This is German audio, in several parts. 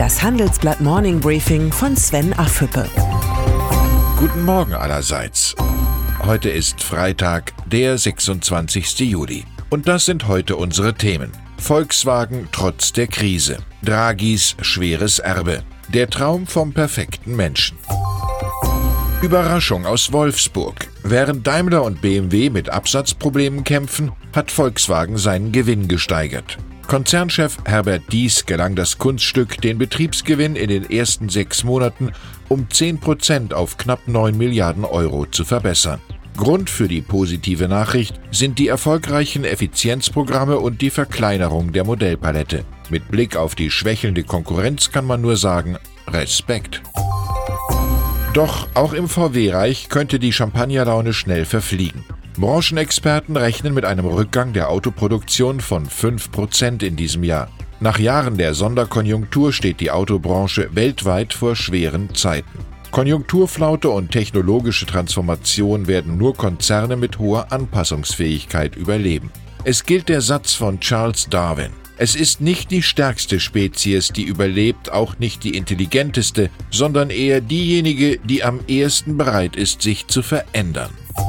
Das Handelsblatt Morning Briefing von Sven Affüppe. Guten Morgen allerseits. Heute ist Freitag, der 26. Juli. Und das sind heute unsere Themen. Volkswagen trotz der Krise. Draghis schweres Erbe. Der Traum vom perfekten Menschen. Überraschung aus Wolfsburg. Während Daimler und BMW mit Absatzproblemen kämpfen, hat Volkswagen seinen Gewinn gesteigert. Konzernchef Herbert Diess gelang das Kunststück, den Betriebsgewinn in den ersten 6 Monaten um 10% auf knapp 9 Milliarden Euro zu verbessern. Grund für die positive Nachricht sind die erfolgreichen Effizienzprogramme und die Verkleinerung der Modellpalette. Mit Blick auf die schwächelnde Konkurrenz kann man nur sagen, Respekt. Doch auch im VW-Reich könnte die Champagnerlaune schnell verfliegen. Branchenexperten rechnen mit einem Rückgang der Autoproduktion von 5% in diesem Jahr. Nach Jahren der Sonderkonjunktur steht die Autobranche weltweit vor schweren Zeiten. Konjunkturflaute und technologische Transformation werden nur Konzerne mit hoher Anpassungsfähigkeit überleben. Es gilt der Satz von Charles Darwin: Es ist nicht die stärkste Spezies, die überlebt, auch nicht die intelligenteste, sondern eher diejenige, die am ehesten bereit ist, sich zu verändern.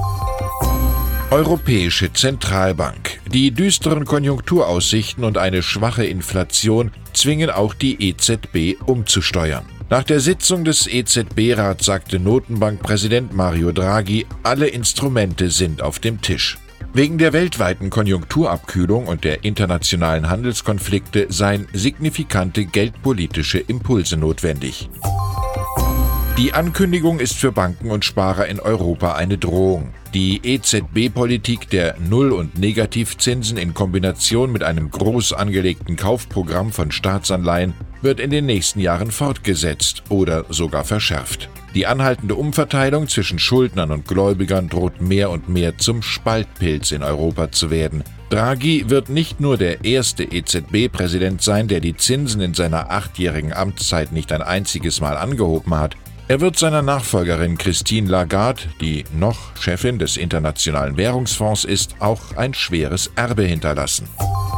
Europäische Zentralbank. Die düsteren Konjunkturaussichten und eine schwache Inflation zwingen auch die EZB umzusteuern. Nach der Sitzung des EZB-Rats sagte Notenbankpräsident Mario Draghi, alle Instrumente sind auf dem Tisch. Wegen der weltweiten Konjunkturabkühlung und der internationalen Handelskonflikte seien signifikante geldpolitische Impulse notwendig. Die Ankündigung ist für Banken und Sparer in Europa eine Drohung. Die EZB-Politik der Null- und Negativzinsen in Kombination mit einem groß angelegten Kaufprogramm von Staatsanleihen wird in den nächsten Jahren fortgesetzt oder sogar verschärft. Die anhaltende Umverteilung zwischen Schuldnern und Gläubigern droht mehr und mehr zum Spaltpilz in Europa zu werden. Draghi wird nicht nur der erste EZB-Präsident sein, der die Zinsen in seiner 8-jährigen Amtszeit nicht ein einziges Mal angehoben hat. Er wird seiner Nachfolgerin Christine Lagarde, die noch Chefin des Internationalen Währungsfonds ist, auch ein schweres Erbe hinterlassen.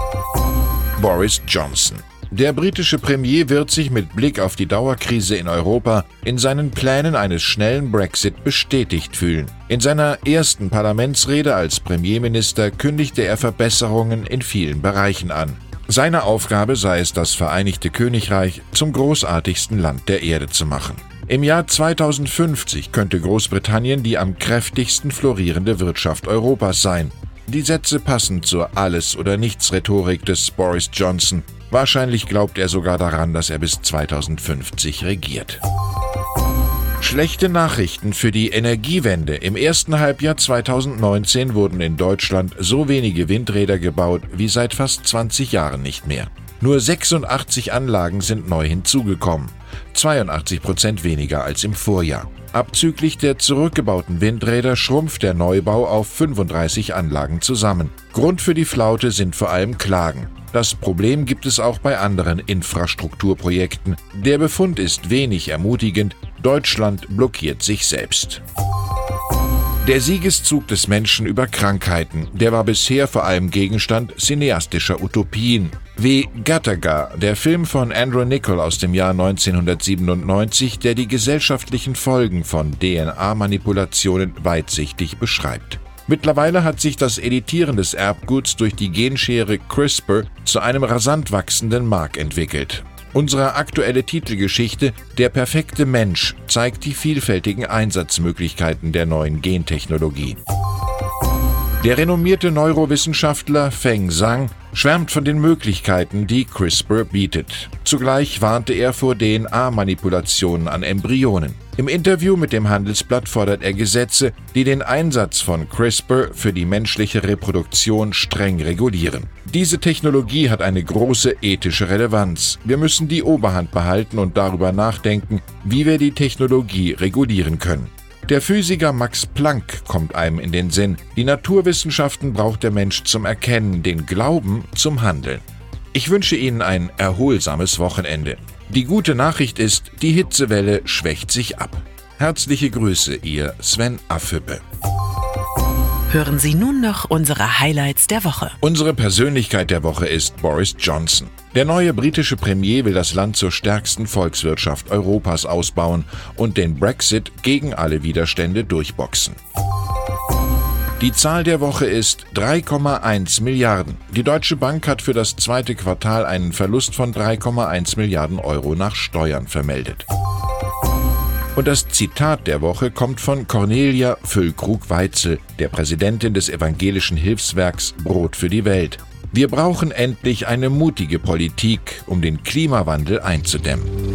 Boris Johnson. Der britische Premier wird sich mit Blick auf die Dauerkrise in Europa in seinen Plänen eines schnellen Brexit bestätigt fühlen. In seiner ersten Parlamentsrede als Premierminister kündigte er Verbesserungen in vielen Bereichen an. Seine Aufgabe sei es, das Vereinigte Königreich zum großartigsten Land der Erde zu machen. Im Jahr 2050 könnte Großbritannien die am kräftigsten florierende Wirtschaft Europas sein. Die Sätze passen zur Alles-oder-Nichts-Rhetorik des Boris Johnson. Wahrscheinlich glaubt er sogar daran, dass er bis 2050 regiert. Schlechte Nachrichten für die Energiewende. Im ersten Halbjahr 2019 wurden in Deutschland so wenige Windräder gebaut wie seit fast 20 Jahren nicht mehr. Nur 86 Anlagen sind neu hinzugekommen, 82% weniger als im Vorjahr. Abzüglich der zurückgebauten Windräder schrumpft der Neubau auf 35 Anlagen zusammen. Grund für die Flaute sind vor allem Klagen. Das Problem gibt es auch bei anderen Infrastrukturprojekten. Der Befund ist wenig ermutigend: Deutschland blockiert sich selbst. Der Siegeszug des Menschen über Krankheiten, der war bisher vor allem Gegenstand cineastischer Utopien. Wie Gattaca, der Film von Andrew Niccol aus dem Jahr 1997, der die gesellschaftlichen Folgen von DNA-Manipulationen weitsichtig beschreibt. Mittlerweile hat sich das Editieren des Erbguts durch die Genschere CRISPR zu einem rasant wachsenden Markt entwickelt. Unsere aktuelle Titelgeschichte »Der perfekte Mensch« zeigt die vielfältigen Einsatzmöglichkeiten der neuen Gentechnologie. Der renommierte Neurowissenschaftler Feng Zhang schwärmt von den Möglichkeiten, die CRISPR bietet. Zugleich warnte er vor DNA-Manipulationen an Embryonen. Im Interview mit dem Handelsblatt fordert er Gesetze, die den Einsatz von CRISPR für die menschliche Reproduktion streng regulieren. Diese Technologie hat eine große ethische Relevanz. Wir müssen die Oberhand behalten und darüber nachdenken, wie wir die Technologie regulieren können. Der Physiker Max Planck kommt einem in den Sinn: Die Naturwissenschaften braucht der Mensch zum Erkennen, den Glauben zum Handeln. Ich wünsche Ihnen ein erholsames Wochenende. Die gute Nachricht ist, die Hitzewelle schwächt sich ab. Herzliche Grüße, Ihr Sven Affüppe. Hören Sie nun noch unsere Highlights der Woche. Unsere Persönlichkeit der Woche ist Boris Johnson. Der neue britische Premier will das Land zur stärksten Volkswirtschaft Europas ausbauen und den Brexit gegen alle Widerstände durchboxen. Die Zahl der Woche ist 3,1 Milliarden. Die Deutsche Bank hat für das zweite Quartal einen Verlust von 3,1 Milliarden Euro nach Steuern vermeldet. Und das Zitat der Woche kommt von Cornelia Füllkrug-Weitzel, der Präsidentin des evangelischen Hilfswerks Brot für die Welt. Wir brauchen endlich eine mutige Politik, um den Klimawandel einzudämmen.